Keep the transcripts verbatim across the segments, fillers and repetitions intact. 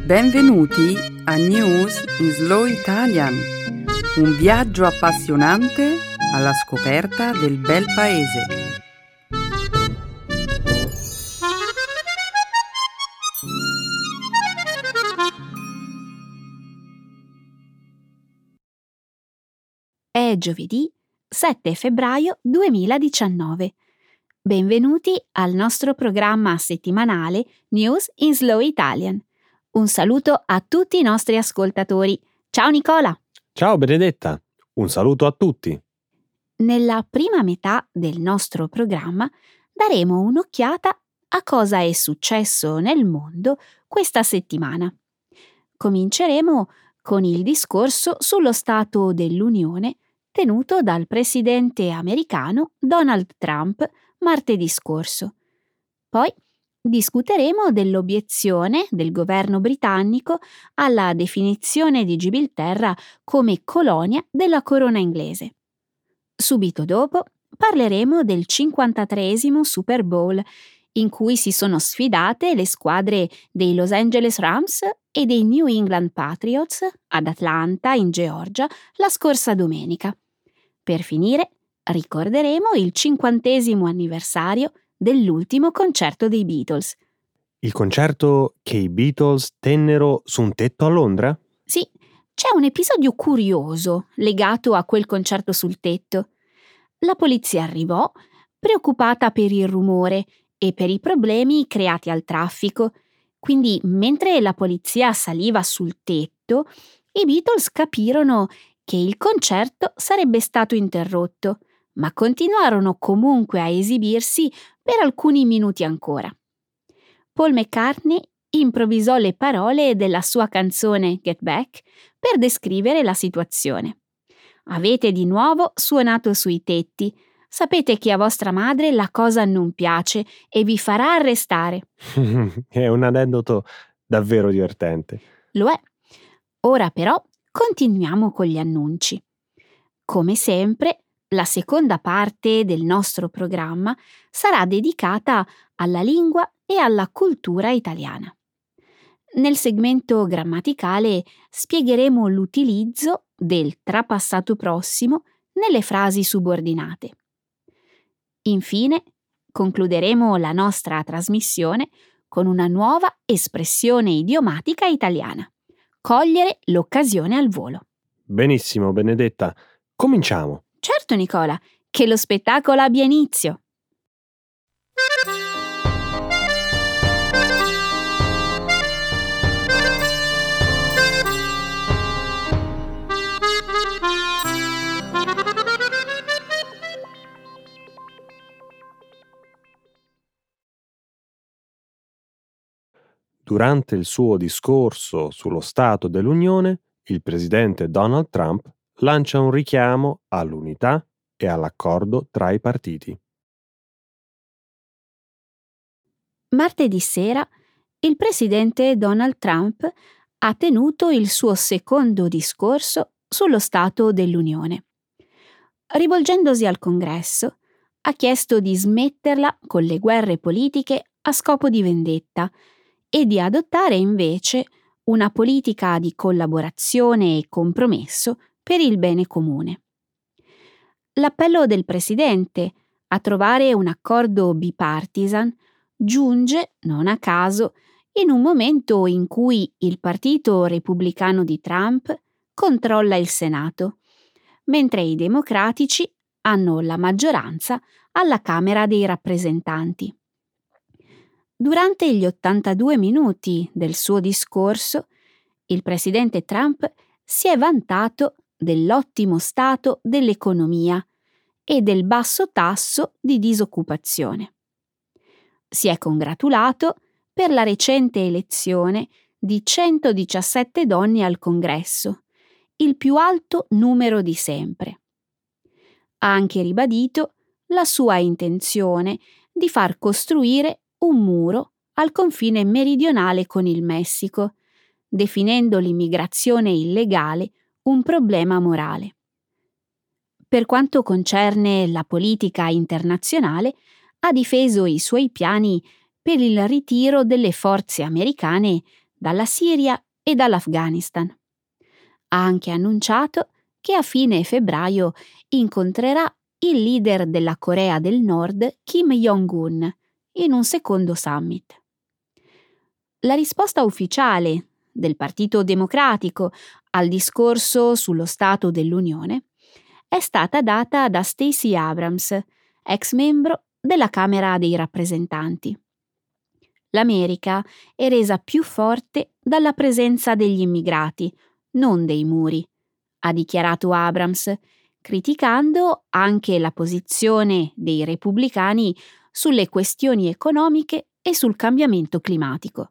Benvenuti a News in Slow Italian, un viaggio appassionante alla scoperta del bel paese. È giovedì sette febbraio duemiladiciannove. Benvenuti al nostro programma settimanale News in Slow Italian. Un saluto a tutti i nostri ascoltatori. Ciao Nicola! Ciao Benedetta! Un saluto a tutti! Nella prima metà del nostro programma daremo un'occhiata a cosa è successo nel mondo questa settimana. Cominceremo con il discorso sullo Stato dell'Unione tenuto dal presidente americano Donald Trump martedì scorso. Poi discuteremo dell'obiezione del governo britannico alla definizione di Gibilterra come colonia della corona inglese. Subito dopo parleremo del cinquantatreesimo Super Bowl, in cui si sono sfidate le squadre dei Los Angeles Rams e dei New England Patriots ad Atlanta, in Georgia, la scorsa domenica. Per finire, ricorderemo il cinquantesimo anniversario dell'ultimo concerto dei Beatles. Il concerto che i Beatles tennero su un tetto a Londra? Sì, c'è un episodio curioso legato a quel concerto sul tetto. La polizia arrivò, preoccupata per il rumore e per i problemi creati al traffico. Quindi, mentre la polizia saliva sul tetto, i Beatles capirono che il concerto sarebbe stato interrotto, ma continuarono comunque a esibirsi per alcuni minuti ancora. Paul McCartney improvvisò le parole della sua canzone Get Back per descrivere la situazione. Avete di nuovo suonato sui tetti. Sapete che a vostra madre la cosa non piace e vi farà arrestare. È un aneddoto davvero divertente. Lo è. Ora però continuiamo con gli annunci. Come sempre, la seconda parte del nostro programma sarà dedicata alla lingua e alla cultura italiana. Nel segmento grammaticale spiegheremo l'utilizzo del trapassato prossimo nelle frasi subordinate. Infine, concluderemo la nostra trasmissione con una nuova espressione idiomatica italiana: cogliere l'occasione al volo. Benissimo, Benedetta. Cominciamo. Certo, Nicola, che lo spettacolo abbia inizio. Durante il suo discorso sullo Stato dell'Unione, il presidente Donald Trump lancia un richiamo all'unità e all'accordo tra i partiti. Martedì sera, il presidente Donald Trump ha tenuto il suo secondo discorso sullo Stato dell'Unione. Rivolgendosi al Congresso, ha chiesto di smetterla con le guerre politiche a scopo di vendetta e di adottare invece una politica di collaborazione e compromesso per il bene comune. L'appello del presidente a trovare un accordo bipartisan giunge, non a caso, in un momento in cui il partito repubblicano di Trump controlla il Senato, mentre i democratici hanno la maggioranza alla Camera dei rappresentanti. Durante gli ottantadue minuti del suo discorso, il presidente Trump si è vantato dell'ottimo stato dell'economia e del basso tasso di disoccupazione. Si è congratulato per la recente elezione di centodiciassette donne al Congresso, il più alto numero di sempre. Ha anche ribadito la sua intenzione di far costruire un muro al confine meridionale con il Messico, definendo l'immigrazione illegale un problema morale. Per quanto concerne la politica internazionale, ha difeso i suoi piani per il ritiro delle forze americane dalla Siria e dall'Afghanistan. Ha anche annunciato che a fine febbraio incontrerà il leader della Corea del Nord, Kim Jong-un, in un secondo summit. La risposta ufficiale del Partito Democratico al discorso sullo Stato dell'Unione è stata data da Stacey Abrams, ex membro della Camera dei Rappresentanti. L'America è resa più forte dalla presenza degli immigrati, non dei muri, ha dichiarato Abrams, criticando anche la posizione dei repubblicani sulle questioni economiche e sul cambiamento climatico.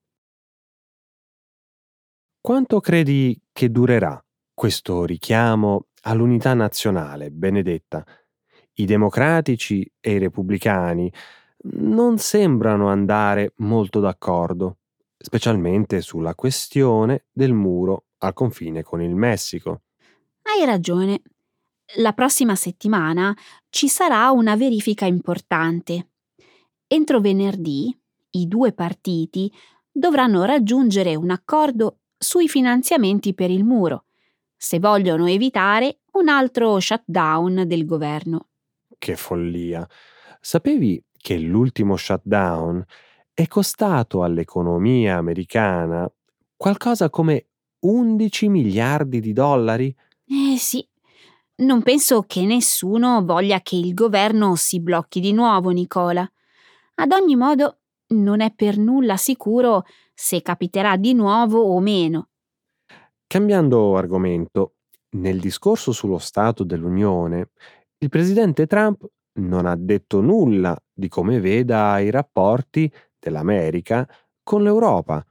Quanto credi che durerà questo richiamo all'unità nazionale, Benedetta? I democratici e i repubblicani non sembrano andare molto d'accordo, specialmente sulla questione del muro al confine con il Messico. Hai ragione. La prossima settimana ci sarà una verifica importante. Entro venerdì i due partiti dovranno raggiungere un accordo sui finanziamenti per il muro, se vogliono evitare un altro shutdown del governo. Che follia! Sapevi che l'ultimo shutdown è costato all'economia americana qualcosa come undici miliardi di dollari? Eh sì, non penso che nessuno voglia che il governo si blocchi di nuovo, Nicola. Ad ogni modo, non è per nulla sicuro se capiterà di nuovo o meno. Cambiando argomento, nel discorso sullo Stato dell'Unione, il presidente Trump non ha detto nulla di come veda i rapporti dell'America con l'Europa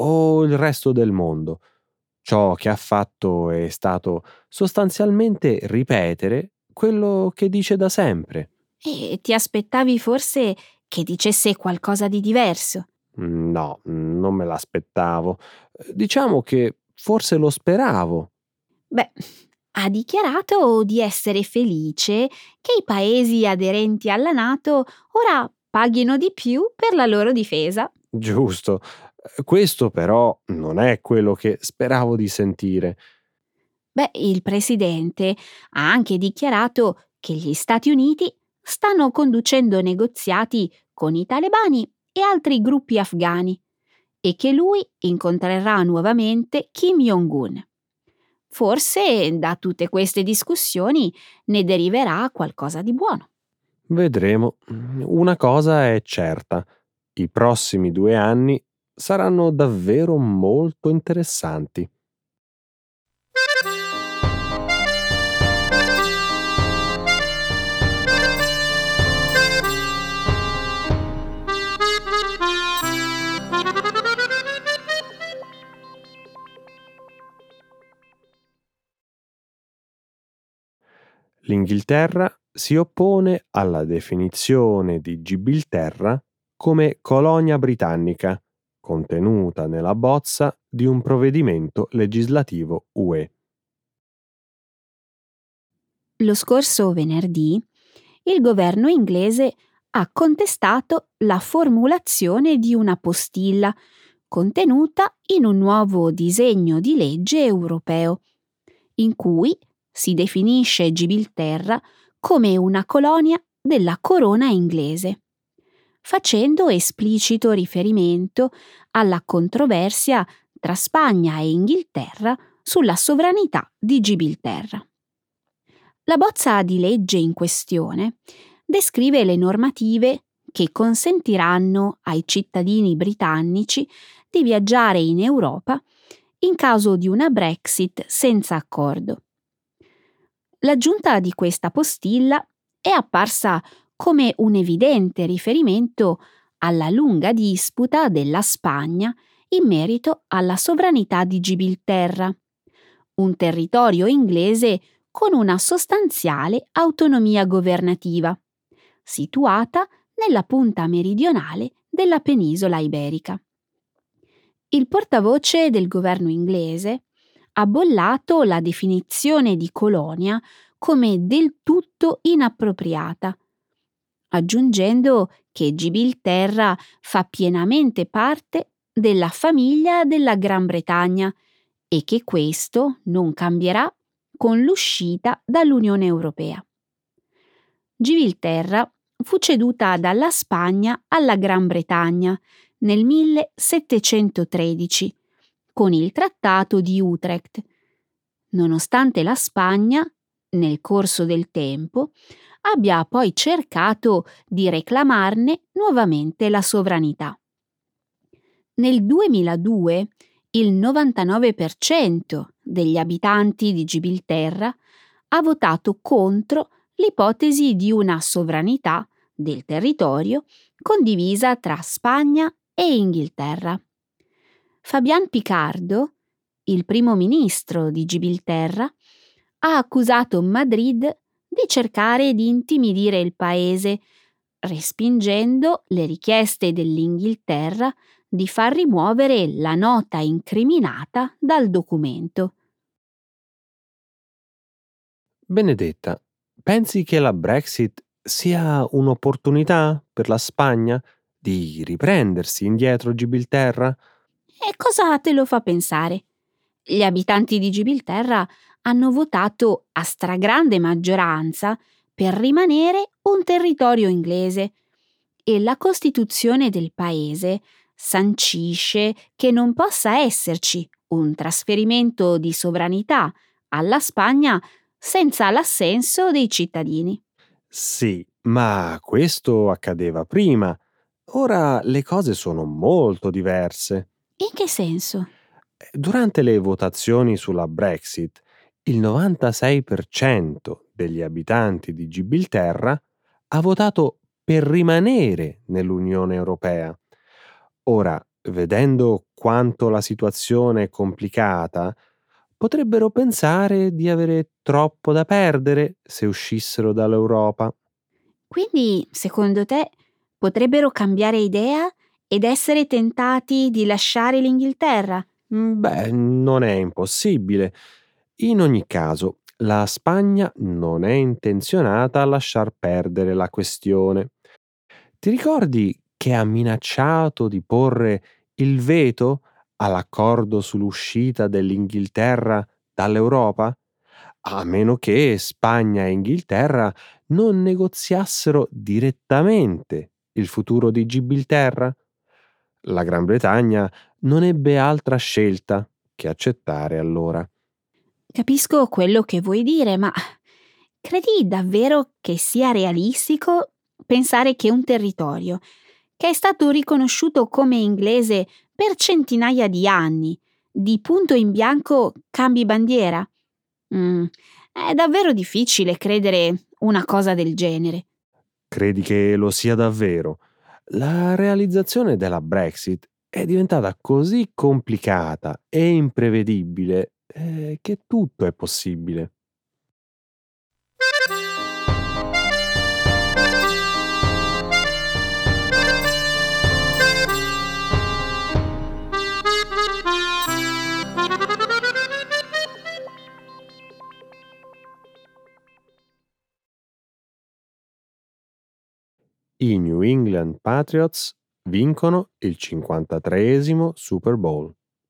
o il resto del mondo. Ciò che ha fatto è stato sostanzialmente ripetere quello che dice da sempre. E ti aspettavi forse che dicesse qualcosa di diverso? No, non me l'aspettavo. Diciamo che forse lo speravo. Beh, ha dichiarato di essere felice che i paesi aderenti alla NATO ora paghino di più per la loro difesa. Giusto. Questo però non è quello che speravo di sentire. Beh, il presidente ha anche dichiarato che gli Stati Uniti stanno conducendo negoziati con i talebani e altri gruppi afghani e che lui incontrerà nuovamente Kim Jong-un. Forse da tutte queste discussioni ne deriverà qualcosa di buono. Vedremo. Una cosa è certa. I prossimi due anni saranno davvero molto interessanti. L'Inghilterra si oppone alla definizione di Gibilterra come colonia britannica, contenuta nella bozza di un provvedimento legislativo U E. Lo scorso venerdì il governo inglese ha contestato la formulazione di una postilla contenuta in un nuovo disegno di legge europeo, in cui si definisce Gibilterra come una colonia della corona inglese, facendo esplicito riferimento alla controversia tra Spagna e Inghilterra sulla sovranità di Gibilterra. La bozza di legge in questione descrive le normative che consentiranno ai cittadini britannici di viaggiare in Europa in caso di una Brexit senza accordo. L'aggiunta di questa postilla è apparsa come un evidente riferimento alla lunga disputa della Spagna in merito alla sovranità di Gibilterra, un territorio inglese con una sostanziale autonomia governativa, situata nella punta meridionale della penisola iberica. Il portavoce del governo inglese ha bollato la definizione di colonia come del tutto inappropriata, aggiungendo che Gibilterra fa pienamente parte della famiglia della Gran Bretagna e che questo non cambierà con l'uscita dall'Unione Europea. Gibilterra fu ceduta dalla Spagna alla Gran Bretagna nel millesettecentotredici con il Trattato di Utrecht, nonostante la Spagna, nel corso del tempo, abbia poi cercato di reclamarne nuovamente la sovranità. Nel duemiladue il novantanove per cento degli abitanti di Gibilterra ha votato contro l'ipotesi di una sovranità del territorio condivisa tra Spagna e Inghilterra. Fabian Picardo, il primo ministro di Gibilterra, ha accusato Madrid di cercare di intimidire il paese, respingendo le richieste dell'Inghilterra di far rimuovere la nota incriminata dal documento. Benedetta, pensi che la Brexit sia un'opportunità per la Spagna di riprendersi indietro Gibilterra? E cosa te lo fa pensare? Gli abitanti di Gibilterra hanno votato a stragrande maggioranza per rimanere un territorio inglese e la Costituzione del paese sancisce che non possa esserci un trasferimento di sovranità alla Spagna senza l'assenso dei cittadini. Sì, ma questo accadeva prima. Ora le cose sono molto diverse. In che senso? Durante le votazioni sulla Brexit, il novantasei per cento degli abitanti di Gibilterra ha votato per rimanere nell'Unione Europea. Ora, vedendo quanto la situazione è complicata, potrebbero pensare di avere troppo da perdere se uscissero dall'Europa. Quindi, secondo te, potrebbero cambiare idea ed essere tentati di lasciare l'Inghilterra? Mm, Beh, non è impossibile. In ogni caso, la Spagna non è intenzionata a lasciar perdere la questione. Ti ricordi che ha minacciato di porre il veto all'accordo sull'uscita dell'Inghilterra dall'Europa? A meno che Spagna e Inghilterra non negoziassero direttamente il futuro di Gibilterra. La Gran Bretagna non ebbe altra scelta che accettare allora. Capisco quello che vuoi dire, ma credi davvero che sia realistico pensare che un territorio, che è stato riconosciuto come inglese per centinaia di anni, di punto in bianco cambi bandiera? Mm, è davvero difficile credere una cosa del genere. Credi che lo sia davvero? La realizzazione della Brexit è diventata così complicata e imprevedibile eh, che tutto è possibile. I New England Patriots vincono il cinquantatreesimo Super Bowl.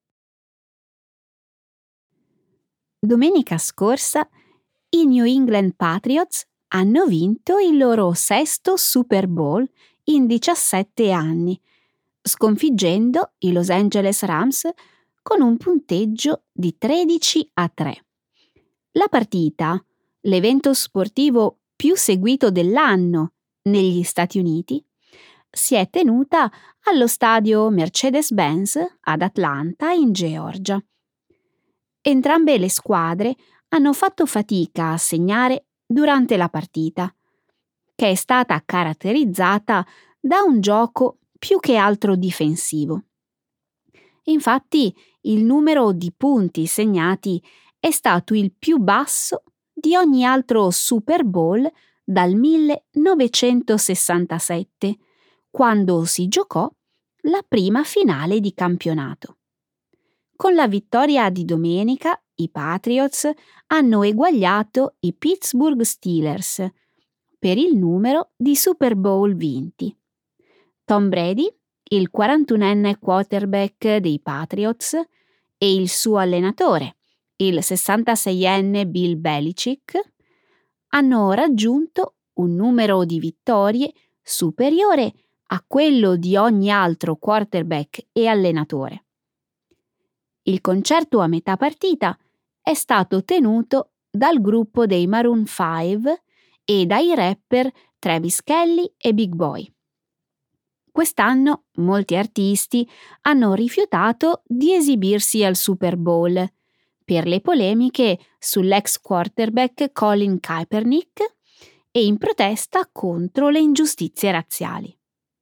Domenica scorsa i New England Patriots hanno vinto il loro sesto Super Bowl in diciassette anni, sconfiggendo i Los Angeles Rams con un punteggio di tredici a tre. La partita, l'evento sportivo più seguito dell'anno negli Stati Uniti, si è tenuta allo stadio Mercedes-Benz ad Atlanta, in Georgia. Entrambe le squadre hanno fatto fatica a segnare durante la partita, che è stata caratterizzata da un gioco più che altro difensivo. Infatti, il numero di punti segnati è stato il più basso di ogni altro Super Bowl dal millenovecentosessantasette, quando si giocò la prima finale di campionato. Con la vittoria di domenica, i Patriots hanno eguagliato i Pittsburgh Steelers per il numero di Super Bowl vinti. Tom Brady il quarantunenne quarterback dei Patriots, e il suo allenatore, il sessantaseienne Bill Belichick, hanno raggiunto un numero di vittorie superiore a quello di ogni altro quarterback e allenatore. Il concerto a metà partita è stato tenuto dal gruppo dei Maroon cinque e dai rapper Travis Kelly e Big Boy. Quest'anno molti artisti hanno rifiutato di esibirsi al Super Bowl per le polemiche sull'ex quarterback Colin Kaepernick e in protesta contro le ingiustizie razziali.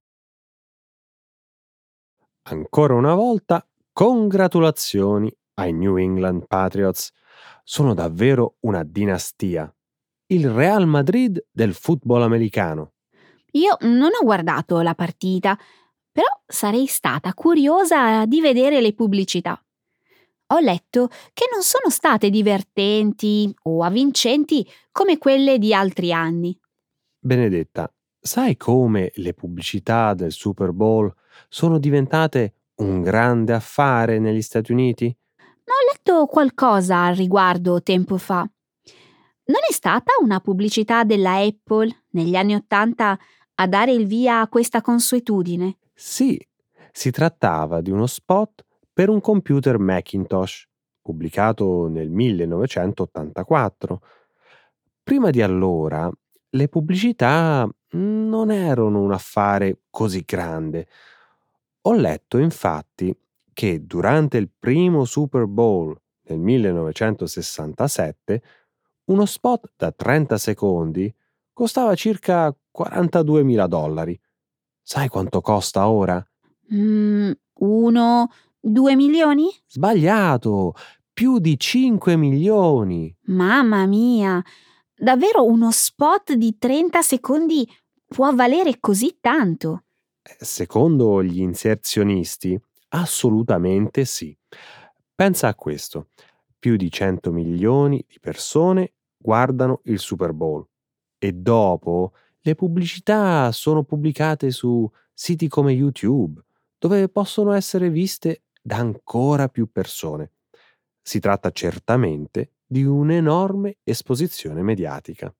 Ancora una volta, congratulazioni ai New England Patriots. Sono davvero una dinastia. Il Real Madrid del football americano. Io non ho guardato la partita, però sarei stata curiosa di vedere le pubblicità. Ho letto che non sono state divertenti o avvincenti come quelle di altri anni. Benedetta, sai come le pubblicità del Super Bowl sono diventate un grande affare negli Stati Uniti? Ho letto qualcosa al riguardo tempo fa. Non è stata una pubblicità della Apple negli anni Ottanta a dare il via a questa consuetudine? Sì, si trattava di uno spot per un computer Macintosh, pubblicato nel millenovecentottantaquattro. Prima di allora, le pubblicità non erano un affare così grande. Ho letto infatti che durante il primo Super Bowl nel millenovecentosessantasette uno spot da trenta secondi costava circa quarantaduemila dollari. Sai quanto costa ora? Mm, uno, due milioni? Sbagliato! Più di cinque milioni! Mamma mia! Davvero uno spot di trenta secondi può valere così tanto? Secondo gli inserzionisti, assolutamente sì. Pensa a questo. Più di cento milioni di persone guardano il Super Bowl e dopo le pubblicità sono pubblicate su siti come YouTube, dove possono essere viste da ancora più persone. Si tratta certamente di un'enorme esposizione mediatica.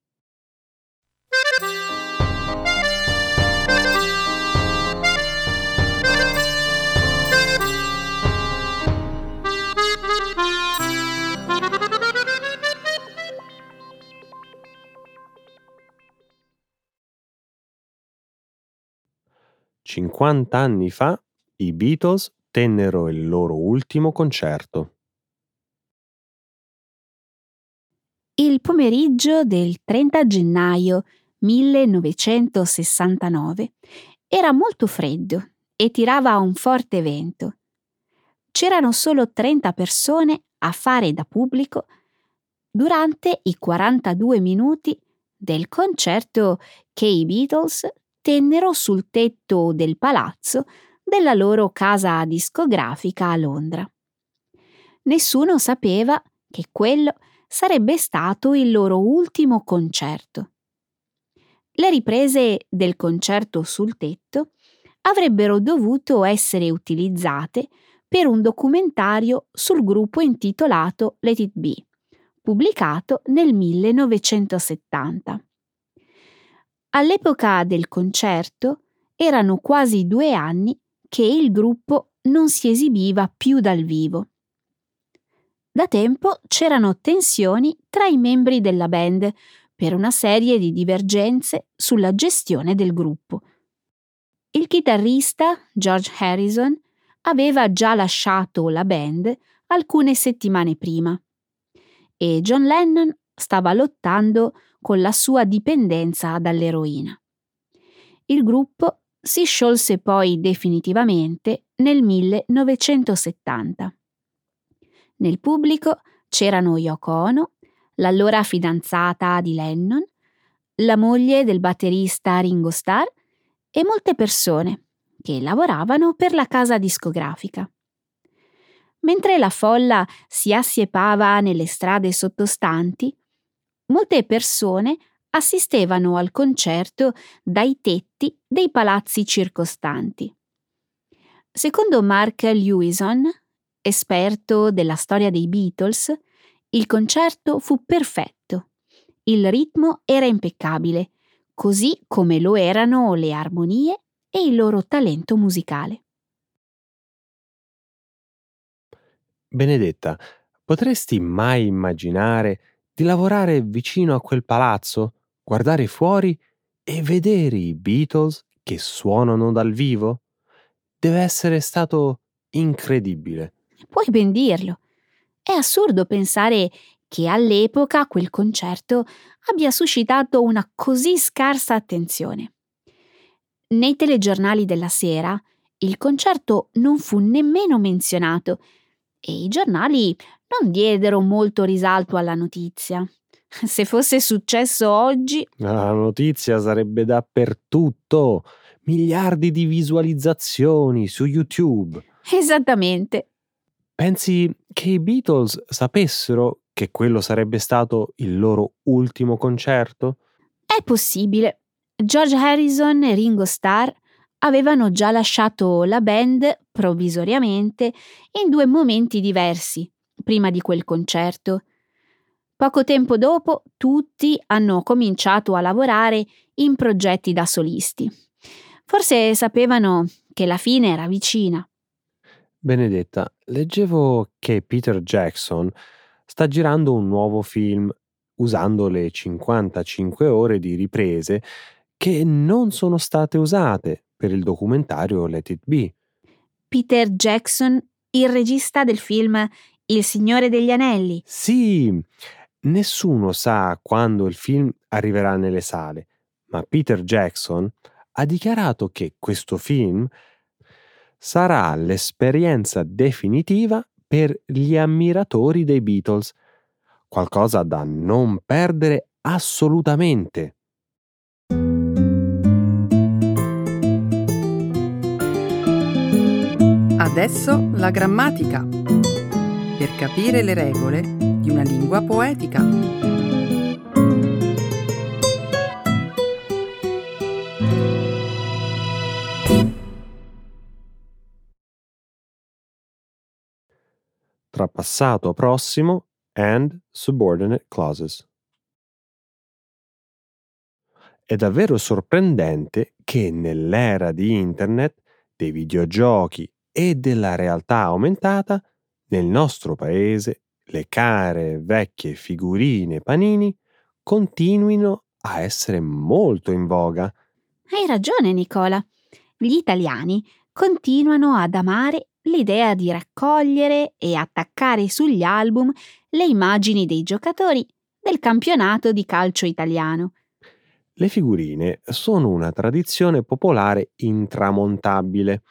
cinquanta anni fa i Beatles tennero il loro ultimo concerto. Il pomeriggio del trenta gennaio millenovecentosessantanove era molto freddo e tirava un forte vento. C'erano solo trenta persone a fare da pubblico durante i quarantadue minuti del concerto che i Beatles tennero sul tetto del palazzo della loro casa discografica a Londra. Nessuno sapeva che quello sarebbe stato il loro ultimo concerto. Le riprese del concerto sul tetto avrebbero dovuto essere utilizzate per un documentario sul gruppo intitolato Let It Be, pubblicato nel millenovecentosettanta. All'epoca del concerto erano quasi due anni che il gruppo non si esibiva più dal vivo. Da tempo c'erano tensioni tra i membri della band per una serie di divergenze sulla gestione del gruppo. Il chitarrista George Harrison aveva già lasciato la band alcune settimane prima e John Lennon stava lottando con la sua dipendenza dall'eroina. Il gruppo si sciolse poi definitivamente nel millenovecentosettanta. Nel pubblico c'erano Yoko Ono, l'allora fidanzata di Lennon, la moglie del batterista Ringo Starr e molte persone che lavoravano per la casa discografica. Mentre la folla si assiepava nelle strade sottostanti, molte persone assistevano al concerto dai tetti dei palazzi circostanti. Secondo Mark Lewison, esperto della storia dei Beatles, il concerto fu perfetto. Il ritmo era impeccabile, così come lo erano le armonie e il loro talento musicale. Benedetta, potresti mai immaginare di lavorare vicino a quel palazzo, guardare fuori e vedere i Beatles che suonano dal vivo? Deve essere stato incredibile. Puoi ben dirlo. È assurdo pensare che all'epoca quel concerto abbia suscitato una così scarsa attenzione. Nei telegiornali della sera il concerto non fu nemmeno menzionato e i giornali non diedero molto risalto alla notizia. Se fosse successo oggi... La notizia sarebbe dappertutto, miliardi di visualizzazioni su YouTube. Esattamente. Pensi che i Beatles sapessero che quello sarebbe stato il loro ultimo concerto? È possibile. George Harrison e Ringo Starr avevano già lasciato la band provvisoriamente in due momenti diversi prima di quel concerto. Poco tempo dopo tutti hanno cominciato a lavorare in progetti da solisti. Forse sapevano che la fine era vicina. Benedetta, leggevo che Peter Jackson sta girando un nuovo film usando le cinquantacinque ore di riprese che non sono state usate per il documentario Let It Be. Peter Jackson, il regista del film Il Signore degli Anelli. Sì, nessuno sa quando il film arriverà nelle sale, ma Peter Jackson ha dichiarato che questo film sarà l'esperienza definitiva per gli ammiratori dei Beatles, qualcosa da non perdere assolutamente. Adesso la grammatica, per capire le regole di una lingua poetica. Tra passato prossimo and subordinate clauses. È davvero sorprendente che nell'era di Internet, dei videogiochi e della realtà aumentata, nel nostro paese le care vecchie figurine panini continuino a essere molto in voga. Hai ragione, Nicola. Gli italiani continuano ad amare l'idea di raccogliere e attaccare sugli album le immagini dei giocatori del campionato di calcio italiano. Le figurine sono una tradizione popolare intramontabile.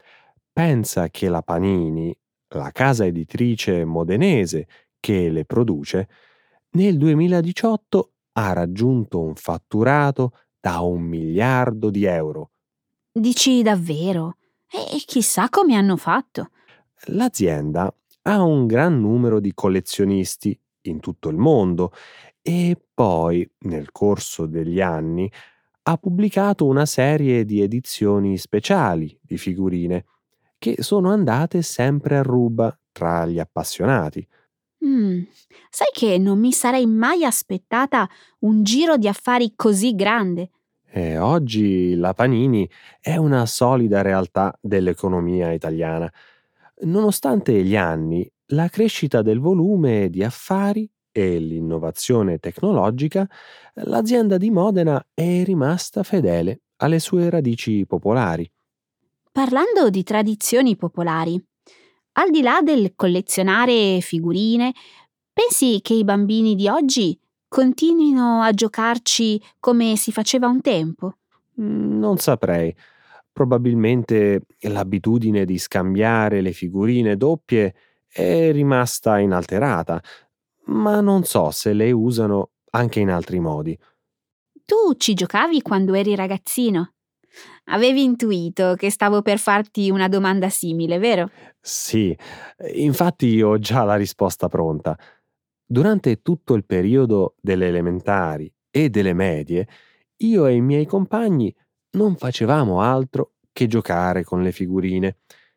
Pensa che la Panini, la casa editrice modenese che le produce, nel duemiladiciotto ha raggiunto un fatturato da un miliardo di euro. Dici davvero? E chissà come hanno fatto. L'azienda ha un gran numero di collezionisti in tutto il mondo e poi, nel corso degli anni, ha pubblicato una serie di edizioni speciali di figurine che sono andate sempre a ruba tra gli appassionati. Mm, sai che non mi sarei mai aspettata un giro di affari così grande. E oggi la Panini è una solida realtà dell'economia italiana. Nonostante gli anni, la crescita del volume di affari e l'innovazione tecnologica, l'azienda di Modena è rimasta fedele alle sue radici popolari. Parlando di tradizioni popolari, al di là del collezionare figurine, pensi che i bambini di oggi continuino a giocarci come si faceva un tempo? Mm, Non saprei. Probabilmente l'abitudine di scambiare le figurine doppie è rimasta inalterata, ma non so se le usano anche in altri modi. Tu ci giocavi quando eri ragazzino? Avevi intuito che stavo per farti una domanda simile, vero? Sì, infatti ho già la risposta pronta. Durante tutto il periodo delle elementari e delle medie, io e i miei compagni non facevamo altro che giocare con le figurine.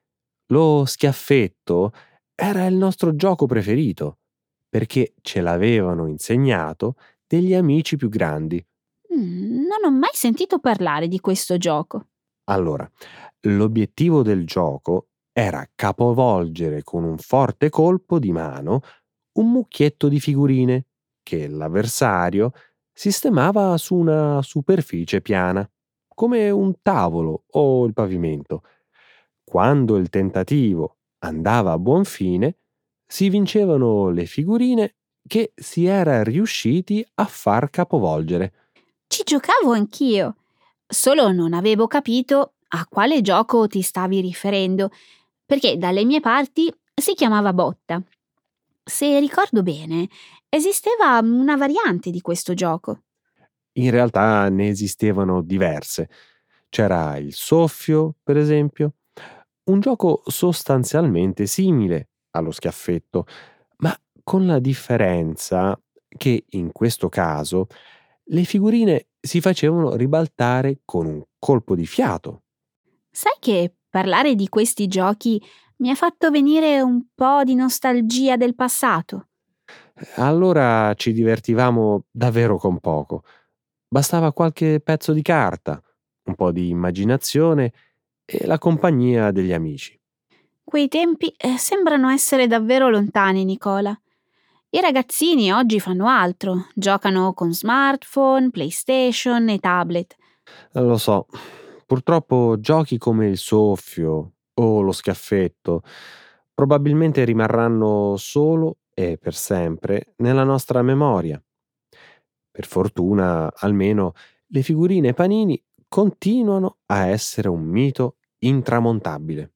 Lo schiaffetto era il nostro gioco preferito, perché ce l'avevano insegnato degli amici più grandi. Mm, non ho mai sentito parlare di questo gioco. Allora, l'obiettivo del gioco era capovolgere con un forte colpo di mano un mucchietto di figurine che l'avversario sistemava su una superficie piana, come un tavolo o il pavimento. Quando il tentativo andava a buon fine, si vincevano le figurine che si era riusciti a far capovolgere. Ci giocavo anch'io, solo non avevo capito a quale gioco ti stavi riferendo, perché dalle mie parti si chiamava botta. Se ricordo bene, esisteva una variante di questo gioco. In realtà ne esistevano diverse. C'era il soffio, per esempio, un gioco sostanzialmente simile allo schiaffetto, ma con la differenza che in questo caso le figurine si facevano ribaltare con un colpo di fiato. Sai che parlare di questi giochi mi ha fatto venire un po' di nostalgia del passato. Allora ci divertivamo davvero con poco. Bastava qualche pezzo di carta, un po' di immaginazione e la compagnia degli amici. Quei tempi eh, sembrano essere davvero lontani, Nicola. I ragazzini oggi fanno altro, giocano con smartphone, PlayStation e tablet. Lo so, purtroppo giochi come il soffio o lo schiaffetto probabilmente rimarranno solo e per sempre nella nostra memoria. Per fortuna, almeno, le figurine Panini continuano a essere un mito intramontabile.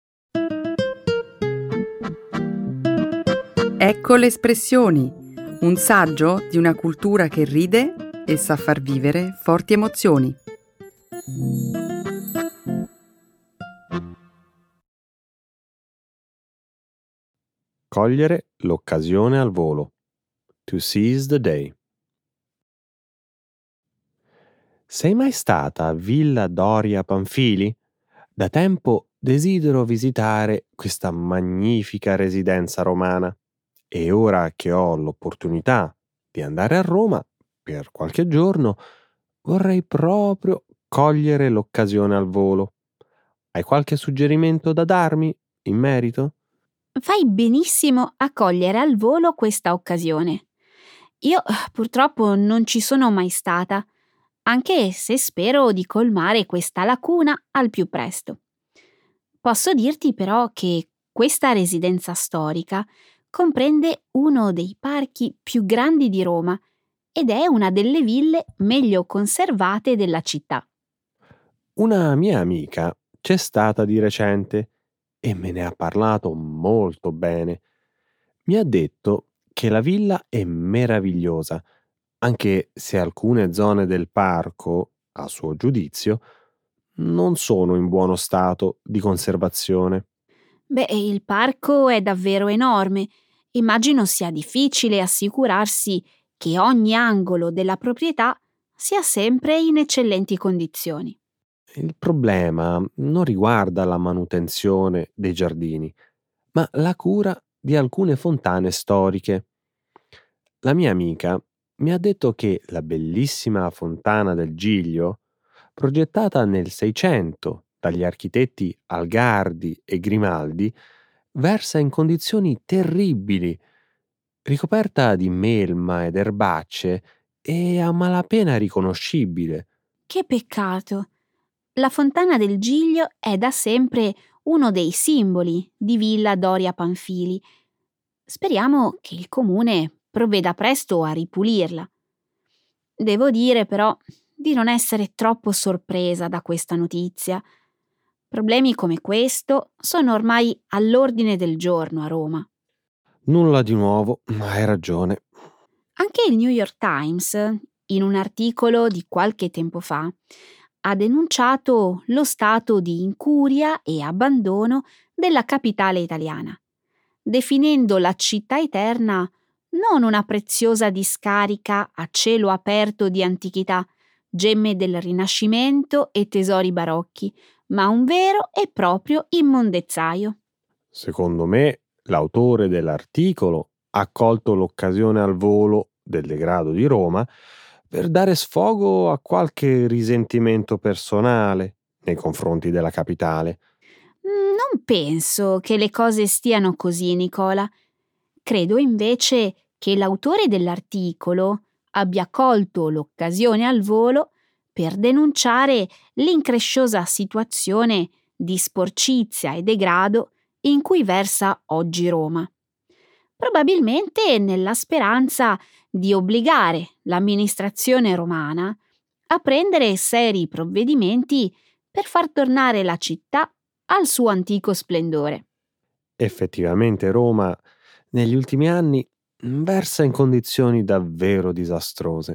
Ecco le espressioni, un saggio di una cultura che ride e sa far vivere forti emozioni. Cogliere l'occasione al volo. To seize the day. Sei mai stata a Villa Doria Pamphili? Da tempo desidero visitare questa magnifica residenza romana e ora che ho l'opportunità di andare a Roma per qualche giorno, vorrei proprio cogliere l'occasione al volo. Hai qualche suggerimento da darmi in merito? Fai benissimo a cogliere al volo questa occasione. Io eh, purtroppo non ci sono mai stata, anche se spero di colmare questa lacuna al più presto. Posso dirti però che questa residenza storica comprende uno dei parchi più grandi di Roma ed è una delle ville meglio conservate della città. Una mia amica c'è stata di recente e me ne ha parlato molto bene. Mi ha detto che la villa è meravigliosa, anche se alcune zone del parco, a suo giudizio, non sono in buono stato di conservazione. Beh, il parco è davvero enorme. Immagino sia difficile assicurarsi che ogni angolo della proprietà sia sempre in eccellenti condizioni. Il problema non riguarda la manutenzione dei giardini, ma la cura di alcune fontane storiche. La mia amica mi ha detto che la bellissima fontana del Giglio, progettata nel Seicento dagli architetti Algardi e Grimaldi, versa in condizioni terribili, ricoperta di melma ed erbacce e a malapena riconoscibile. Che peccato! La fontana del Giglio è da sempre uno dei simboli di Villa Doria Pamphili. Speriamo che il comune provveda presto a ripulirla. Devo dire però di non essere troppo sorpresa da questa notizia. Problemi come questo sono ormai all'ordine del giorno a Roma. Nulla di nuovo, ma hai ragione. Anche il New York Times, in un articolo di qualche tempo fa, ha denunciato lo stato di incuria e abbandono della capitale italiana, definendo la città eterna non una preziosa discarica a cielo aperto di antichità, gemme del Rinascimento e tesori barocchi, ma un vero e proprio immondezzaio. Secondo me, l'autore dell'articolo ha colto l'occasione al volo del degrado di Roma per dare sfogo a qualche risentimento personale nei confronti della capitale. Non penso che le cose stiano così, Nicola. Credo invece che l'autore dell'articolo abbia colto l'occasione al volo per denunciare l'incresciosa situazione di sporcizia e degrado in cui versa oggi Roma, probabilmente nella speranza di obbligare l'amministrazione romana a prendere seri provvedimenti per far tornare la città al suo antico splendore. Effettivamente Roma, negli ultimi anni, versa in condizioni davvero disastrose.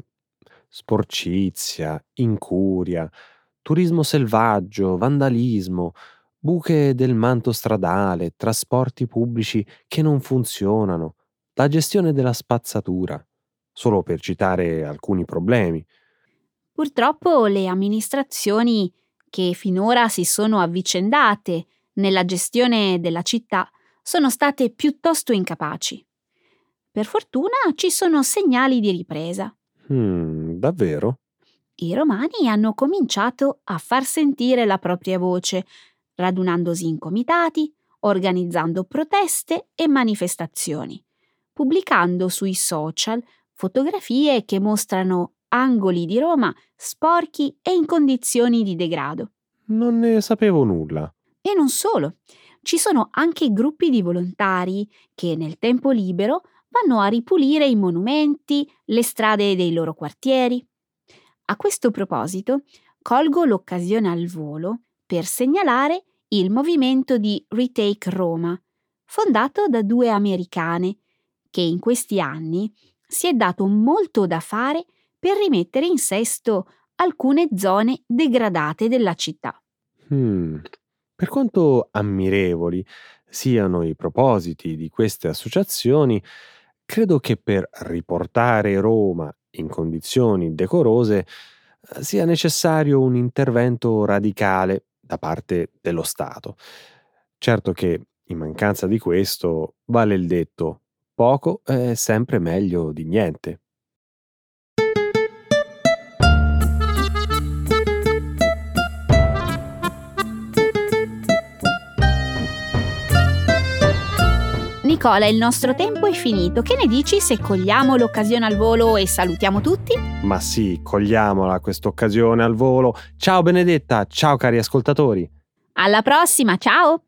Sporcizia, incuria, turismo selvaggio, vandalismo, buche del manto stradale, trasporti pubblici che non funzionano, la gestione della spazzatura, solo per citare alcuni problemi. Purtroppo le amministrazioni che finora si sono avvicendate nella gestione della città sono state piuttosto incapaci. Per fortuna ci sono segnali di ripresa. Hmm, davvero? I romani hanno cominciato a far sentire la propria voce, radunandosi in comitati, organizzando proteste e manifestazioni, pubblicando sui social fotografie che mostrano angoli di Roma sporchi e in condizioni di degrado. Non ne sapevo nulla. E non solo, ci sono anche gruppi di volontari che nel tempo libero vanno a ripulire i monumenti, le strade dei loro quartieri. A questo proposito, colgo l'occasione al volo per segnalare il movimento di Retake Roma, fondato da due americane, che in questi anni si è dato molto da fare per rimettere in sesto alcune zone degradate della città. Hmm. Per quanto ammirevoli siano i propositi di queste associazioni, credo che per riportare Roma in condizioni decorose eh, sia necessario un intervento radicale da parte dello Stato. Certo che in mancanza di questo vale il detto: poco è sempre meglio di niente. Nicola, il nostro tempo è finito. Che ne dici se cogliamo l'occasione al volo e salutiamo tutti? Ma sì, cogliamola questa occasione al volo. Ciao Benedetta, ciao cari ascoltatori. Alla prossima, ciao!